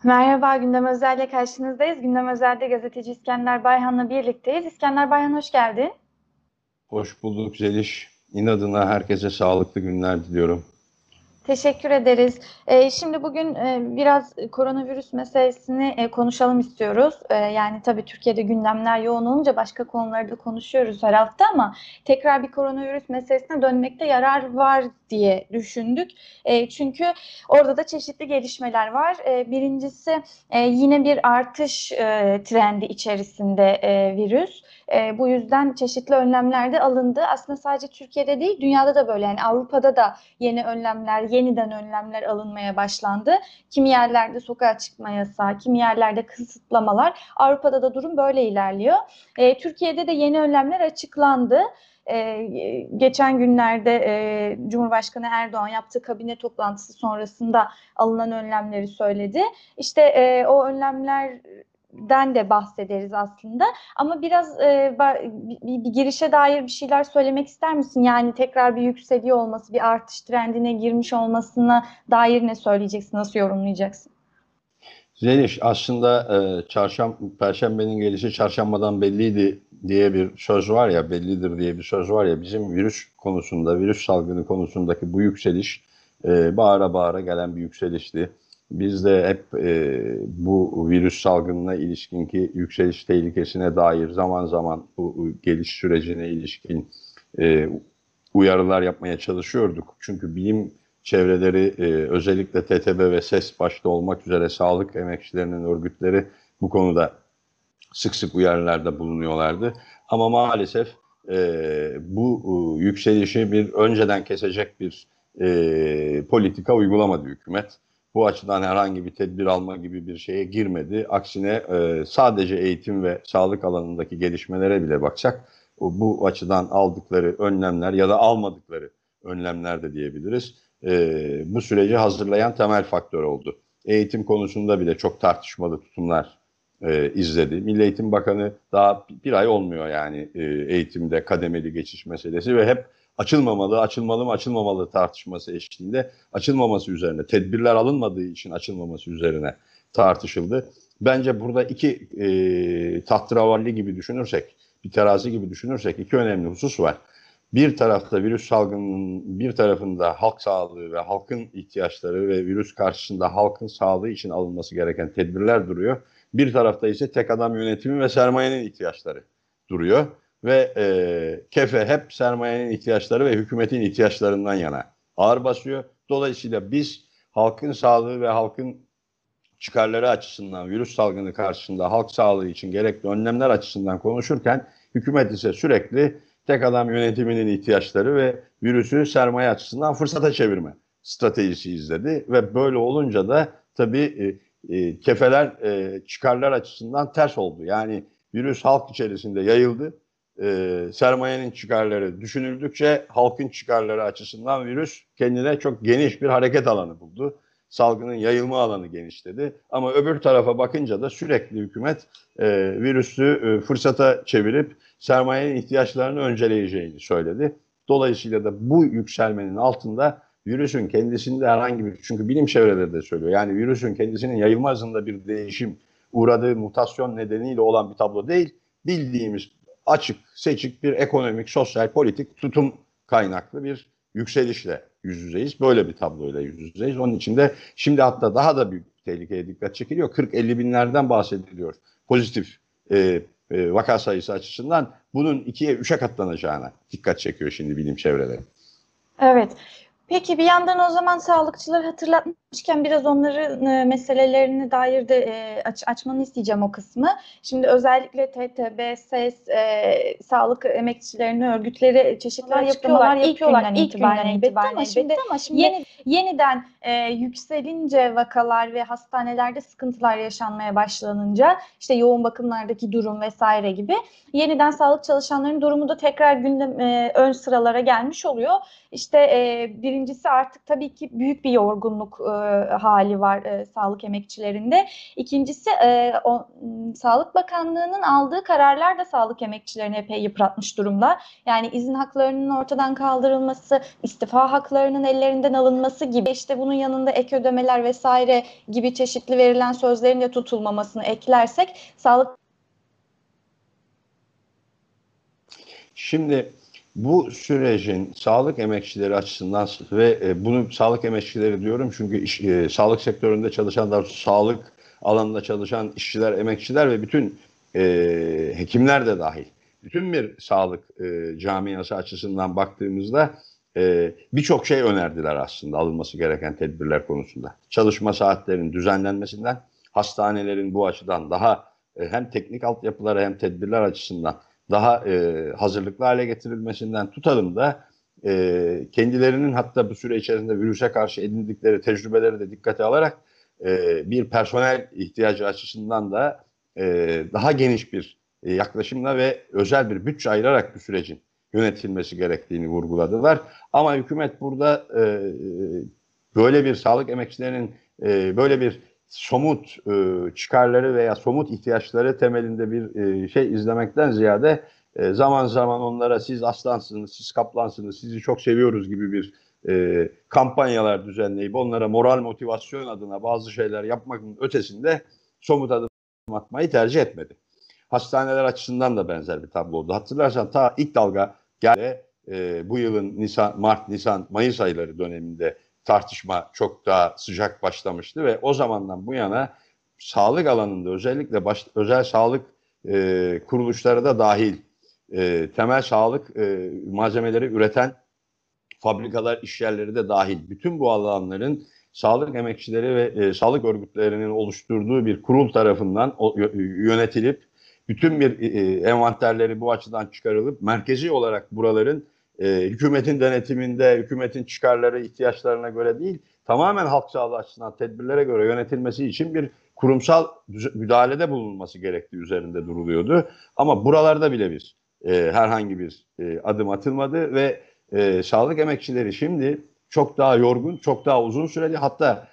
Merhaba, Gündem Özel'le karşınızdayız. Gündem Özel'de gazeteci İskender Bayhan'la birlikteyiz. İskender Bayhan hoş geldin. Hoş bulduk Zeliş. İnadına herkese sağlıklı günler diliyorum. Teşekkür ederiz. Şimdi bugün biraz koronavirüs meselesini konuşalım istiyoruz. Yani tabii Türkiye'de gündemler yoğun olunca başka konuları da konuşuyoruz her hafta ama tekrar bir koronavirüs meselesine dönmekte yarar var diye düşündük. Çünkü orada da çeşitli gelişmeler var. Birincisi yine bir artış trendi içerisinde virüs. Bu yüzden çeşitli önlemler de alındı. Aslında sadece Türkiye'de değil, dünyada da böyle. Yani Avrupa'da da yeni önlemler, yeniden önlemler alınmaya başlandı. Kimi yerlerde sokağa çıkma yasağı, kimi yerlerde kısıtlamalar. Avrupa'da da durum böyle ilerliyor. Türkiye'de de yeni önlemler açıklandı. Geçen günlerde Cumhurbaşkanı Erdoğan yaptığı kabine toplantısı sonrasında alınan önlemleri söyledi. İşte o önlemlerden de bahsederiz aslında. Ama biraz bir girişe dair bir şeyler söylemek ister misin? Yani tekrar bir yükseliyor olması, bir artış trendine girmiş olmasına dair ne söyleyeceksin, nasıl yorumlayacaksın? Zeliş aslında Perşembenin gelişi çarşambadan belliydi diye bir söz var ya, bellidir diye bir söz var ya, bizim virüs konusunda, virüs salgını konusundaki bu yükseliş bağıra bağıra gelen bir yükselişti. Biz de hep bu virüs salgınına ilişkinki yükseliş tehlikesine dair zaman zaman bu geliş sürecine ilişkin e, uyarılar yapmaya çalışıyorduk. Çünkü bilim çevreleri özellikle TTB ve SES başta olmak üzere sağlık emekçilerinin örgütleri bu konuda sık sık uyarılarda bulunuyorlardı. Ama maalesef bu yükselişi bir önceden kesecek bir politika uygulamadı hükümet. Bu açıdan herhangi bir tedbir alma gibi bir şeye girmedi. Aksine sadece eğitim ve sağlık alanındaki gelişmelere bile baksak bu açıdan aldıkları önlemler ya da almadıkları önlemler de diyebiliriz. Bu süreci hazırlayan temel faktör oldu. Eğitim konusunda bile çok tartışmalı tutumlar izledi. Milli Eğitim Bakanı daha bir ay olmuyor yani eğitimde kademeli geçiş meselesi ve hep açılmamalı, açılmalı mı açılmamalı tartışması eşliğinde açılmaması üzerine, tedbirler alınmadığı için açılmaması üzerine tartışıldı. Bence burada iki tahterevalli gibi düşünürsek, bir terazi gibi düşünürsek iki önemli husus var. Bir tarafta virüs salgınının bir tarafında halk sağlığı ve halkın ihtiyaçları ve virüs karşısında halkın sağlığı için alınması gereken tedbirler duruyor. Bir tarafta ise tek adam yönetimi ve sermayenin ihtiyaçları duruyor. Ve kefe hep sermayenin ihtiyaçları ve hükümetin ihtiyaçlarından yana ağır basıyor. Dolayısıyla biz halkın sağlığı ve halkın çıkarları açısından virüs salgını karşısında halk sağlığı için gerekli önlemler açısından konuşurken hükümet ise sürekli tek adam yönetiminin ihtiyaçları ve virüsü sermaye açısından fırsata çevirme stratejisi izledi ve böyle olunca da tabii kefeler çıkarlar açısından ters oldu. Yani virüs halk içerisinde yayıldı. Sermayenin çıkarları düşünüldükçe halkın çıkarları açısından virüs kendine çok geniş bir hareket alanı buldu. Salgının yayılma alanı genişledi. Ama öbür tarafa bakınca da sürekli hükümet virüsü fırsata çevirip sermayenin ihtiyaçlarını önceleyeceğini söyledi. Dolayısıyla da bu yükselmenin altında virüsün kendisinde herhangi bir, çünkü bilim çevreleri de söylüyor. Yani virüsün kendisinin yayılma hızında bir değişim uğradığı mutasyon nedeniyle olan bir tablo değil. Bildiğimiz açık, seçik bir ekonomik, sosyal, politik tutum kaynaklı bir yükselişle yüz yüzeyiz. Böyle bir tabloyla yüz yüzeyiz. Onun için de şimdi hatta daha da büyük bir tehlikeye dikkat çekiliyor. 40-50 binlerden bahsediliyor. Pozitif vaka sayısı açısından bunun 2'ye 3'e katlanacağına dikkat çekiyor şimdi bilim çevreleri. Evet. Peki bir yandan o zaman sağlıkçıları hatırlatmışken biraz onların meselelerine dair de açmanı isteyeceğim o kısmı. Şimdi özellikle TTB, SES, sağlık emekçilerini örgütleri çeşitli açıklamalar yapıyorlar ilk günden itibaren elbette ama şimdi yeniden yükselince vakalar ve hastanelerde sıkıntılar yaşanmaya başlanınca işte yoğun bakımlardaki durum vesaire gibi yeniden sağlık çalışanlarının durumu da tekrar gündem ön sıralara gelmiş oluyor. İşte Birincisi artık tabii ki büyük bir yorgunluk hali var sağlık emekçilerinde. İkincisi Sağlık Bakanlığı'nın aldığı kararlar da sağlık emekçilerini epey yıpratmış durumda. Yani izin haklarının ortadan kaldırılması, istifa haklarının ellerinden alınması gibi, işte bunun yanında ek ödemeler vesaire gibi çeşitli verilen sözlerin de tutulmamasını eklersek sağlık. Şimdi bu sürecin sağlık emekçileri açısından ve bunu sağlık emekçileri diyorum çünkü sağlık sektöründe çalışanlar, sağlık alanında çalışan işçiler, emekçiler ve bütün hekimler de dahil. Bütün bir sağlık camiası açısından baktığımızda birçok şey önerdiler aslında alınması gereken tedbirler konusunda. Çalışma saatlerinin düzenlenmesinden, hastanelerin bu açıdan daha hem teknik altyapıları hem tedbirler açısından daha hazırlıklı hale getirilmesinden tutalım da kendilerinin hatta bu süre içerisinde virüse karşı edindikleri tecrübeleri de dikkate alarak bir personel ihtiyacı açısından da daha geniş bir yaklaşımla ve özel bir bütçe ayırarak bu sürecin yönetilmesi gerektiğini vurguladılar. Ama hükümet burada böyle bir sağlık emekçilerinin böyle bir somut çıkarları veya somut ihtiyaçları temelinde bir şey izlemekten ziyade zaman zaman onlara siz aslansınız, siz kaplansınız, sizi çok seviyoruz gibi bir kampanyalar düzenleyip onlara moral motivasyon adına bazı şeyler yapmakın ötesinde somut adım atmayı tercih etmedi. Hastaneler açısından da benzer bir tablo oldu. Hatırlarsan ta ilk dalga geldi. Bu yılın Mart, Nisan, Mayıs ayları döneminde tartışma çok daha sıcak başlamıştı ve o zamandan bu yana sağlık alanında özellikle özel sağlık kuruluşları da dahil temel sağlık malzemeleri üreten fabrikalar, işyerleri de dahil bütün bu alanların sağlık emekçileri ve sağlık örgütlerinin oluşturduğu bir kurul tarafından yönetilip bütün bir envanterleri bu açıdan çıkarılıp merkezi olarak buraların hükümetin denetiminde, hükümetin çıkarları, ihtiyaçlarına göre değil, tamamen halk sağlığı açısından tedbirlere göre yönetilmesi için bir kurumsal müdahalede bulunması gerektiği üzerinde duruluyordu. Ama buralarda bile bir herhangi bir adım atılmadı ve sağlık emekçileri şimdi çok daha yorgun, çok daha uzun süreli, hatta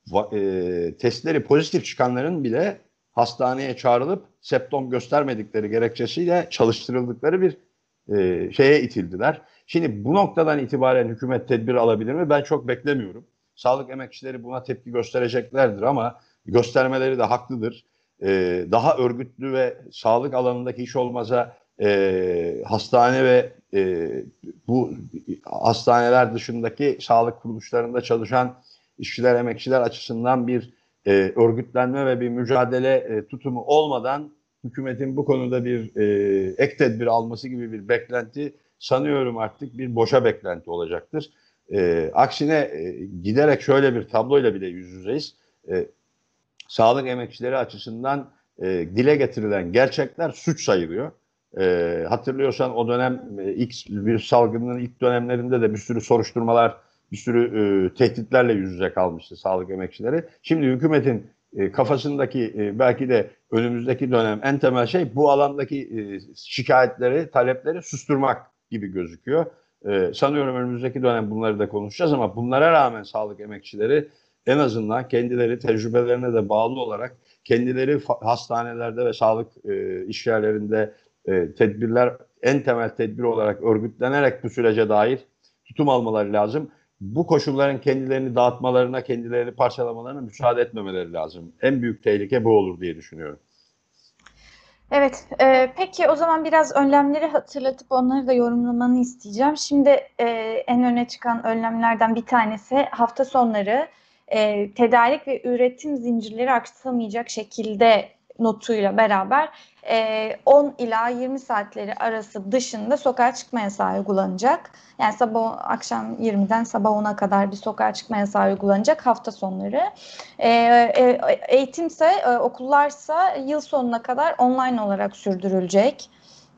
testleri pozitif çıkanların bile hastaneye çağrılıp septom göstermedikleri gerekçesiyle çalıştırıldıkları bir şeye itildiler. Şimdi bu noktadan itibaren hükümet tedbir alabilir mi? Ben çok beklemiyorum. Sağlık emekçileri buna tepki göstereceklerdir ama göstermeleri de haklıdır. Daha örgütlü ve sağlık alanındaki iş olmasa hastane ve bu hastaneler dışındaki sağlık kuruluşlarında çalışan işçiler, emekçiler açısından bir örgütlenme ve bir mücadele tutumu olmadan hükümetin bu konuda bir ek tedbir alması gibi bir beklenti sanıyorum artık bir boşa beklenti olacaktır. Aksine giderek şöyle bir tabloyla bile yüz yüzeyiz. Sağlık emekçileri açısından dile getirilen gerçekler suç sayılıyor. Hatırlıyorsan o dönem ilk bir salgının ilk dönemlerinde de bir sürü soruşturmalar, bir sürü tehditlerle yüz yüze kalmıştı sağlık emekçileri. Şimdi hükümetin kafasındaki belki de önümüzdeki dönem en temel şey bu alandaki şikayetleri, talepleri susturmak gibi gözüküyor. Sanıyorum önümüzdeki dönem bunları da konuşacağız ama bunlara rağmen sağlık emekçileri en azından kendileri tecrübelerine de bağlı olarak kendileri hastanelerde ve sağlık işyerlerinde tedbirler, en temel tedbir olarak örgütlenerek bu sürece dair tutum almaları lazım. Bu koşulların kendilerini dağıtmalarına, kendilerini parçalamalarına müsaade etmemeleri lazım. En büyük tehlike bu olur diye düşünüyorum. Evet, peki o zaman biraz önlemleri hatırlatıp onları da yorumlamanı isteyeceğim. Şimdi en öne çıkan önlemlerden bir tanesi hafta sonları tedarik ve üretim zincirleri aksamayacak şekilde notuyla beraber 10 ila 20 saatleri arası dışında sokağa çıkma yasağı uygulanacak. Yani akşam 20'den sabah 10'a kadar bir sokağa çıkma yasağı uygulanacak hafta sonları. Eğitimse, okullarsa yıl sonuna kadar online olarak sürdürülecek.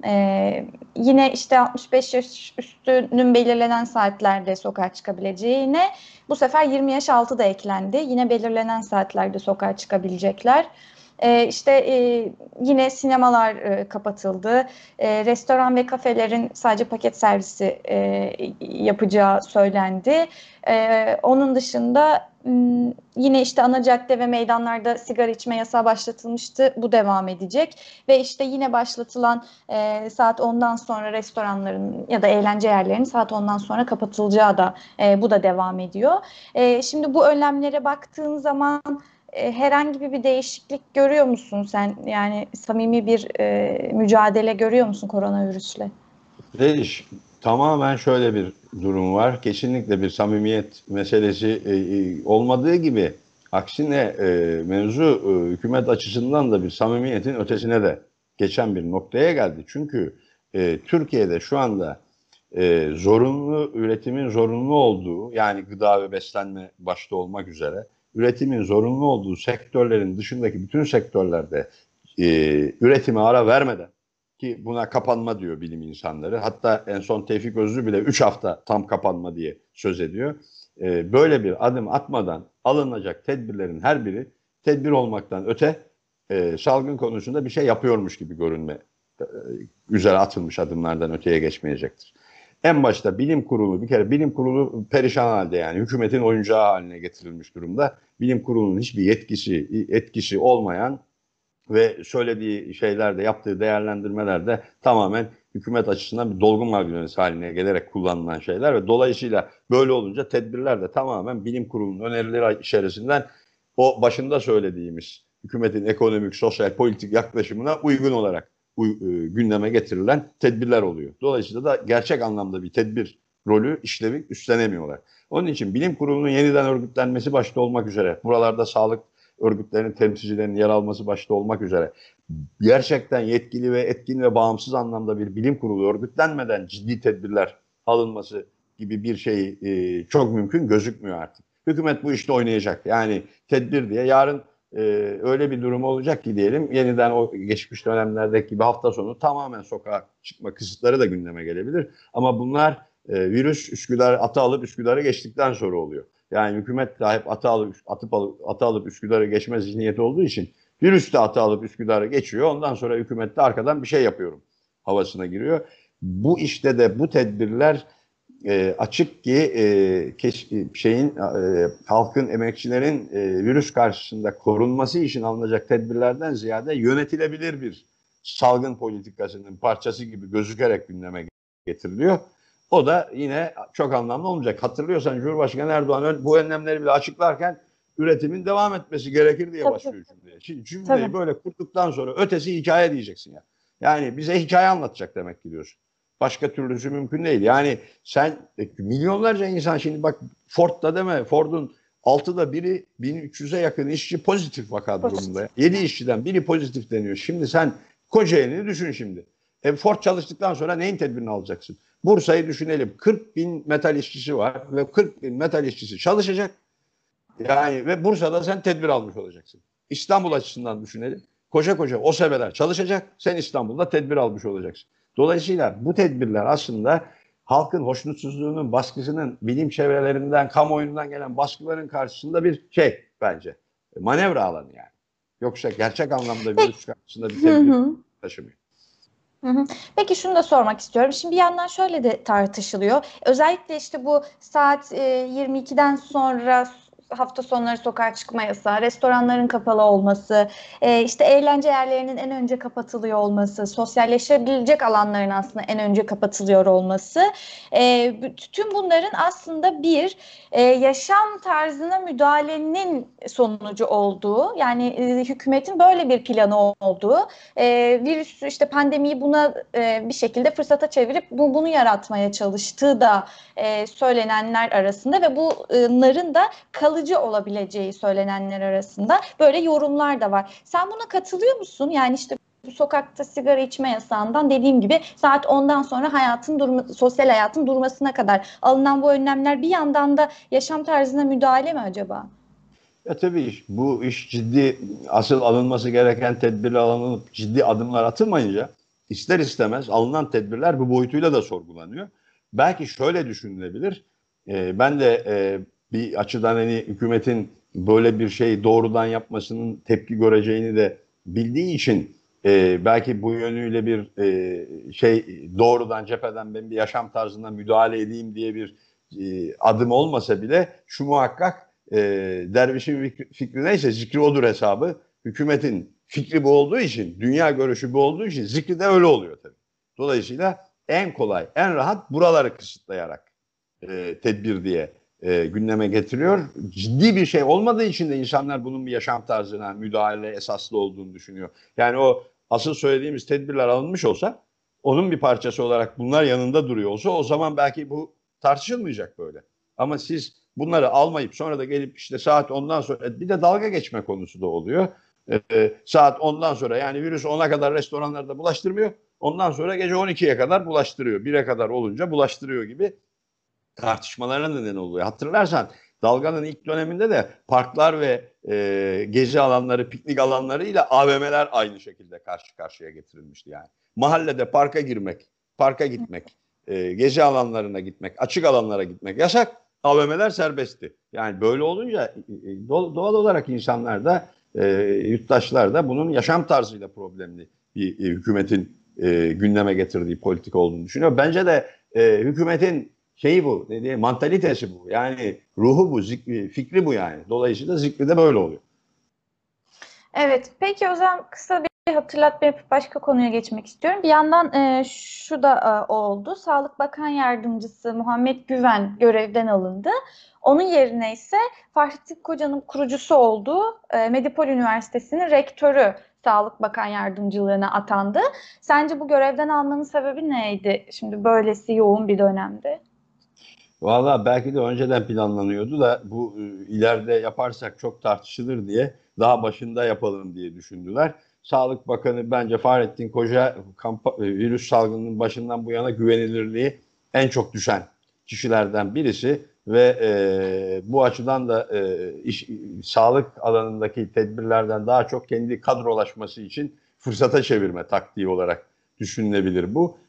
Yine işte 65 yaş üstünün belirlenen saatlerde sokağa çıkabileceğine bu sefer 20 yaş altı da eklendi. Yine belirlenen saatlerde sokağa çıkabilecekler. Yine sinemalar kapatıldı. Restoran ve kafelerin sadece paket servisi yapacağı söylendi. Onun dışında yine işte ana cadde ve meydanlarda sigara içme yasağı başlatılmıştı. Bu devam edecek. Ve işte yine başlatılan saat 10'dan sonra restoranların ya da eğlence yerlerinin saat 10'dan sonra kapatılacağı da bu da devam ediyor. Şimdi bu önlemlere baktığın zaman herhangi bir değişiklik görüyor musun sen? Yani samimi bir mücadele görüyor musun koronavirüsle? Zeliş, tamamen şöyle bir durum var. Kesinlikle bir samimiyet meselesi olmadığı gibi aksine mevzu hükümet açısından da bir samimiyetin ötesine de geçen bir noktaya geldi. Çünkü Türkiye'de şu anda zorunlu üretimin zorunlu olduğu, yani gıda ve beslenme başta olmak üzere üretimin zorunlu olduğu sektörlerin dışındaki bütün sektörlerde üretime ara vermeden, ki buna kapanma diyor bilim insanları. Hatta en son Tevfik Özlü bile 3 hafta tam kapanma diye söz ediyor. Böyle bir adım atmadan alınacak tedbirlerin her biri tedbir olmaktan öte salgın konusunda bir şey yapıyormuş gibi görünme üzere atılmış adımlardan öteye geçmeyecektir. En başta bilim kurulu, bir kere bilim kurulu perişan halde, yani hükümetin oyuncağı haline getirilmiş durumda. Bilim kurulunun hiçbir etkisi olmayan ve söylediği şeylerde, yaptığı değerlendirmelerde tamamen hükümet açısından bir dolgun malzemesi haline gelerek kullanılan şeyler ve dolayısıyla böyle olunca tedbirler de tamamen bilim kurulunun önerileri içerisinden o başında söylediğimiz hükümetin ekonomik, sosyal, politik yaklaşımına uygun olarak gündeme getirilen tedbirler oluyor. Dolayısıyla da gerçek anlamda bir tedbir rolü, işlevi üstlenemiyorlar. Onun için bilim kurulunun yeniden örgütlenmesi başta olmak üzere, buralarda sağlık örgütlerinin temsilcilerinin yer alması başta olmak üzere gerçekten yetkili ve etkin ve bağımsız anlamda bir bilim kurulu örgütlenmeden ciddi tedbirler alınması gibi bir şey çok mümkün gözükmüyor artık. Hükümet bu işte oynayacak. Yani tedbir diye yarın öyle bir durum olacak ki diyelim, yeniden o geçmiş dönemlerdeki gibi hafta sonu tamamen sokağa çıkma kısıtları da gündeme gelebilir. Ama bunlar virüs atı alıp Üsküdar'ı geçtikten sonra oluyor. Yani hükümet de hep atı alıp Üsküdar'ı geçme zihniyeti olduğu için virüs de atı alıp Üsküdar'ı geçiyor. Ondan sonra hükümet de arkadan bir şey yapıyorum havasına giriyor. Bu işte de bu tedbirler açık ki halkın, emekçilerin virüs karşısında korunması için alınacak tedbirlerden ziyade yönetilebilir bir salgın politikasının parçası gibi gözükerek gündeme getiriliyor. O da yine çok anlamlı olmayacak. Hatırlıyorsan Cumhurbaşkanı Erdoğan bu önlemleri bile açıklarken üretimin devam etmesi gerekir diye başlıyor cümleye. Şimdi cümleyi böyle kurduktan sonra ötesi hikaye diyeceksin ya. Yani bize hikaye anlatacak demek ki diyorsun. Başka türlüsü mümkün değil. Yani sen milyonlarca insan, şimdi bak Ford'da deme, Ford'un 6'da biri 1300'e yakın işçi pozitif vaka durumunda. 7 işçiden biri pozitif deniyor. Şimdi sen Kocaeli'ni düşün şimdi. Ford çalıştıktan sonra neyin tedbirini alacaksın? Bursa'yı düşünelim. 40 bin metal işçisi var ve 40 bin metal işçisi çalışacak. Yani ve Bursa'da sen tedbir almış olacaksın. İstanbul açısından düşünelim. Koca koca o sebeler çalışacak. Sen İstanbul'da tedbir almış olacaksın. Dolayısıyla bu tedbirler aslında halkın hoşnutsuzluğunun, baskısının, bilim çevrelerinden, kamuoyundan gelen baskıların karşısında bir şey bence. Manevra alanı yani. Yoksa gerçek anlamda virüs karşısında bir tedbir taşımıyor. Hı hı. Peki şunu da sormak istiyorum. Şimdi bir yandan şöyle de tartışılıyor. Özellikle işte bu saat 22'den sonra hafta sonları sokağa çıkma yasağı, restoranların kapalı olması, işte eğlence yerlerinin en önce kapatılıyor olması, sosyalleşebilecek alanların aslında en önce kapatılıyor olması. Tüm bunların aslında bir yaşam tarzına müdahalenin sonucu olduğu, yani hükümetin böyle bir planı olduğu, virüs işte pandemiyi buna bir şekilde fırsata çevirip bunu yaratmaya çalıştığı da söylenenler arasında ve bunların da kalıcı olabileceği söylenenler arasında böyle yorumlar da var. Sen buna katılıyor musun? Yani işte bu sokakta sigara içme yasağından dediğim gibi saat 10'dan sonra sosyal hayatın durmasına kadar alınan bu önlemler bir yandan da yaşam tarzına müdahale mi acaba? Ya tabii bu iş ciddi, asıl alınması gereken tedbirler alınıp ciddi adımlar atılmayınca ister istemez alınan tedbirler bu boyutuyla da sorgulanıyor. Belki şöyle düşünülebilir. Ben de bir açıdan hani hükümetin böyle bir şey doğrudan yapmasının tepki göreceğini de bildiği için belki bu yönüyle bir doğrudan cepheden ben bir yaşam tarzına müdahale edeyim diye bir adım olmasa bile şu muhakkak dervişin fikri neyse zikri odur hesabı. Hükümetin fikri bu olduğu için, dünya görüşü bu olduğu için zikri de öyle oluyor tabii. Dolayısıyla en kolay, en rahat buraları kısıtlayarak tedbir diye gündeme getiriyor. Ciddi bir şey olmadığı için de insanlar bunun bir yaşam tarzına müdahale esaslı olduğunu düşünüyor. Yani o asıl söylediğimiz tedbirler alınmış olsa, onun bir parçası olarak bunlar yanında duruyor olsa o zaman belki bu tartışılmayacak böyle. Ama siz bunları almayıp sonra da gelip işte saat 10'dan sonra bir de dalga geçme konusu da oluyor. Saat 10'dan sonra yani virüs 10'a kadar restoranlarda bulaştırmıyor. Ondan sonra gece 12'ye kadar bulaştırıyor. 1'e kadar olunca bulaştırıyor gibi tartışmalara neden oluyor. Hatırlarsan dalganın ilk döneminde de parklar ve gezi alanları, piknik alanları ile AVM'ler aynı şekilde karşı karşıya getirilmişti yani. Mahallede parka girmek, parka gitmek, gezi alanlarına gitmek, açık alanlara gitmek yasak. AVM'ler serbestti. Yani böyle olunca doğal olarak insanlar da yurttaşlar da bunun yaşam tarzıyla problemli bir hükümetin gündeme getirdiği politik olduğunu düşünüyor. Bence de hükümetin şeyi bu, mantalitesi bu. Yani ruhu bu, zikri, fikri bu yani. Dolayısıyla zikri de böyle oluyor. Evet, peki o zaman kısa bir hatırlatma yapıp başka konuya geçmek istiyorum. Bir yandan şu da oldu. Sağlık Bakan Yardımcısı Muhammed Güven görevden alındı. Onun yerine ise Fahrettin Koca'nın kurucusu olduğu Medipol Üniversitesi'nin rektörü Sağlık Bakan Yardımcılığına atandı. Sence bu görevden almanın sebebi neydi? Şimdi böylesi yoğun bir dönemde. Valla belki de önceden planlanıyordu da bu ileride yaparsak çok tartışılır diye daha başında yapalım diye düşündüler. Sağlık Bakanı bence Fahrettin Koca virüs salgınının başından bu yana güvenilirliği en çok düşen kişilerden birisi ve bu açıdan da sağlık alanındaki tedbirlerden daha çok kendi kadrolaşması için fırsata çevirme taktiği olarak düşünülebilir bu.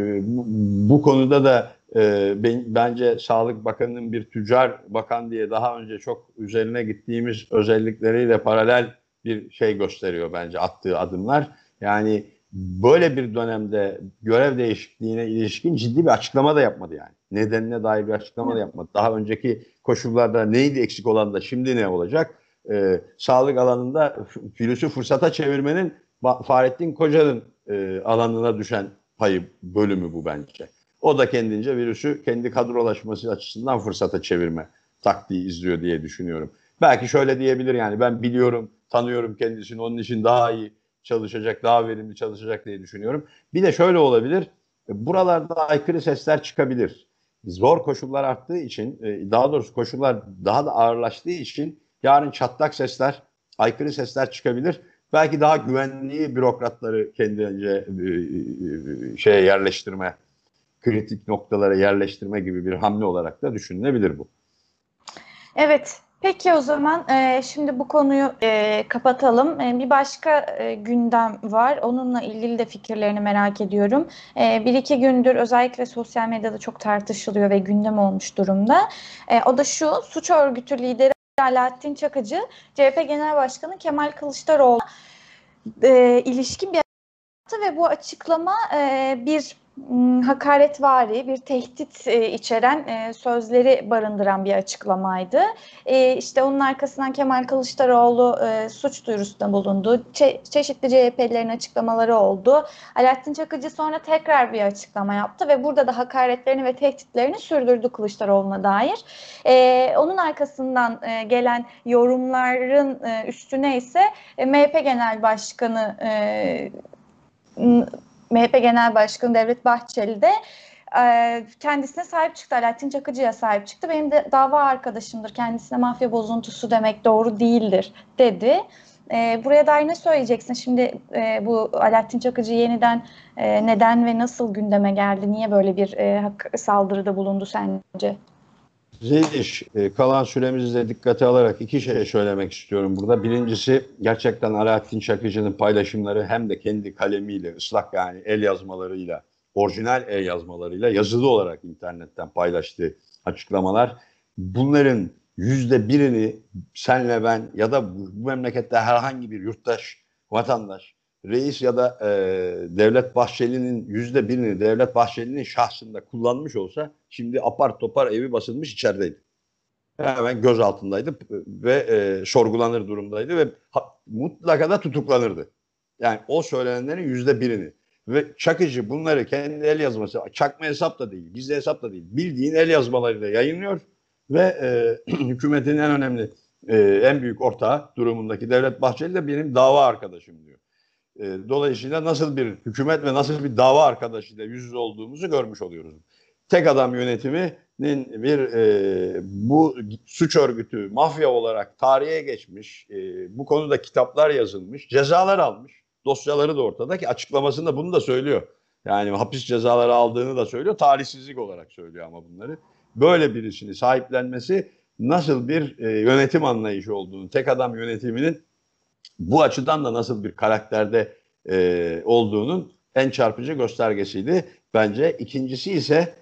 Bu konuda da bence Sağlık Bakanı'nın bir tüccar bakan diye daha önce çok üzerine gittiğimiz özellikleriyle paralel bir şey gösteriyor bence attığı adımlar. Yani böyle bir dönemde görev değişikliğine ilişkin ciddi bir açıklama da yapmadı yani. Nedenine dair bir açıklama da yapmadı. Daha önceki koşullarda neydi eksik olan da şimdi ne olacak? Sağlık alanında virüsü fırsata çevirmenin Fahrettin Koca'nın alanına düşen payı, bölümü bu bence. O da kendince virüsü kendi kadrolaşması açısından fırsata çevirme taktiği izliyor diye düşünüyorum. Belki şöyle diyebilir yani ben biliyorum, tanıyorum kendisini onun için daha iyi çalışacak, daha verimli çalışacak diye düşünüyorum. Bir de şöyle olabilir, buralarda aykırı sesler çıkabilir. Zor koşullar arttığı için, daha doğrusu koşullar daha da ağırlaştığı için yarın çatlak sesler, aykırı sesler çıkabilir. Belki daha güvenliği bürokratları kendince şeye yerleştirme, kritik noktalara yerleştirme gibi bir hamle olarak da düşünülebilir bu. Evet, peki o zaman şimdi bu konuyu kapatalım. Bir başka gündem var. Onunla ilgili de fikirlerini merak ediyorum. Bir iki gündür özellikle sosyal medyada çok tartışılıyor ve gündem olmuş durumda. O da şu, suç örgütü lideri Alaaddin Çakıcı, CHP Genel Başkanı Kemal Kılıçdaroğlu ilişkin bir ve bu açıklama bir hakaretvari, bir tehdit içeren sözleri barındıran bir açıklamaydı. İşte onun arkasından Kemal Kılıçdaroğlu suç duyurusunda bulundu. Çeşitli CHP'lilerin açıklamaları oldu. Alaaddin Çakıcı sonra tekrar bir açıklama yaptı ve burada da hakaretlerini ve tehditlerini sürdürdü Kılıçdaroğlu'na dair. Onun arkasından gelen yorumların üstüne ise MHP Genel Başkanı MHP Genel Başkanı Devlet Bahçeli de kendisine sahip çıktı. Alaaddin Çakıcı'ya sahip çıktı. Benim de dava arkadaşımdır. Kendisine mafya bozuntusu demek doğru değildir dedi. Buraya dair ne söyleyeceksin? Şimdi bu Alaaddin Çakıcı yeniden neden ve nasıl gündeme geldi? Niye böyle bir saldırıda bulundu sence? Zeliş, kalan süremizi de dikkate alarak iki şey söylemek istiyorum burada. Birincisi gerçekten Alaaddin Çakıcı'nın paylaşımları hem de kendi kalemiyle, ıslak yani el yazmalarıyla, orijinal el yazmalarıyla yazılı olarak internetten paylaştığı açıklamalar. Bunların %1'ini senle ben ya da bu memlekette herhangi bir yurttaş vatandaş reis ya da Devlet Bahçeli'nin %1'ini Devlet Bahçeli'nin şahsında kullanmış olsa şimdi apar topar evi basılmış içerideydi. Hemen gözaltındaydı ve sorgulanır durumdaydı ve mutlaka da tutuklanırdı. Yani o söylenenlerin %1'ini. Ve Çakıcı bunları kendi el yazması, çakma hesap da değil, gizli hesap da değil, bildiğin el yazmalarıyla yayınlıyor ve hükümetin en önemli, en büyük ortağı durumundaki Devlet Bahçeli de benim dava arkadaşım diyor. Dolayısıyla nasıl bir hükümet ve nasıl bir dava arkadaşıyla yüz yüze olduğumuzu görmüş oluyoruz. Tek adam yönetiminin bu suç örgütü mafya olarak tarihe geçmiş, bu konuda kitaplar yazılmış, cezalar almış, dosyaları da ortada ki açıklamasında bunu da söylüyor. Yani hapis cezaları aldığını da söylüyor, talihsizlik olarak söylüyor ama bunları. Böyle birisini sahiplenmesi nasıl bir yönetim anlayışı olduğunu, tek adam yönetiminin bu açıdan da nasıl bir karakterde olduğunun en çarpıcı göstergesiydi bence. İkincisi ise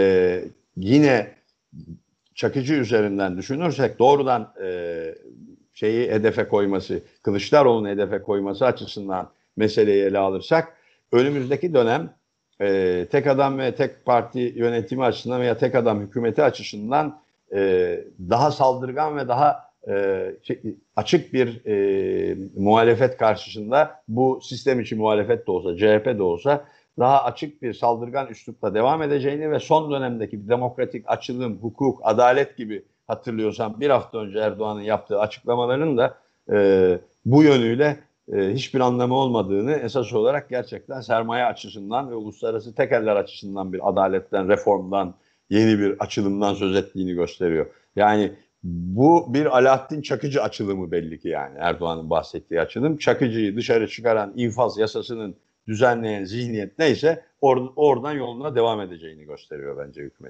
yine Çakıcı üzerinden düşünürsek doğrudan şeyi hedefe koyması, Kılıçdaroğlu'nu hedefe koyması açısından meseleyi ele alırsak önümüzdeki dönem tek adam ve tek parti yönetimi açısından veya tek adam hükümeti açısından daha saldırgan ve daha açık bir muhalefet karşısında bu sistem içi muhalefet de olsa, CHP de olsa daha açık bir saldırgan üslupla devam edeceğini ve son dönemdeki demokratik açılım, hukuk, adalet gibi hatırlıyorsam bir hafta önce Erdoğan'ın yaptığı açıklamaların da bu yönüyle hiçbir anlamı olmadığını esas olarak gerçekten sermaye açısından ve uluslararası tekeller açısından bir adaletten, reformdan, yeni bir açılımdan söz ettiğini gösteriyor. Yani bu bir Alaaddin Çakıcı açılımı belli ki yani Erdoğan'ın bahsettiği açılım. Çakıcı'yı dışarı çıkaran infaz yasasının düzenleyen zihniyet neyse oradan yoluna devam edeceğini gösteriyor bence hükümet.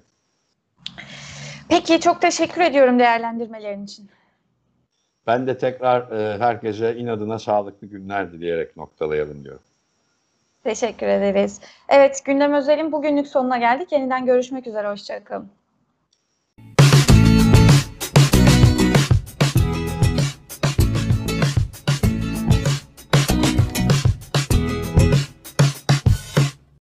Peki çok teşekkür ediyorum değerlendirmelerin için. Ben de tekrar herkese inadına sağlıklı günler dileyerek noktalayalım diyorum. Teşekkür ederiz. Evet, Gündem Özel'in bugünlük sonuna geldik. Yeniden görüşmek üzere. Hoşça kalın.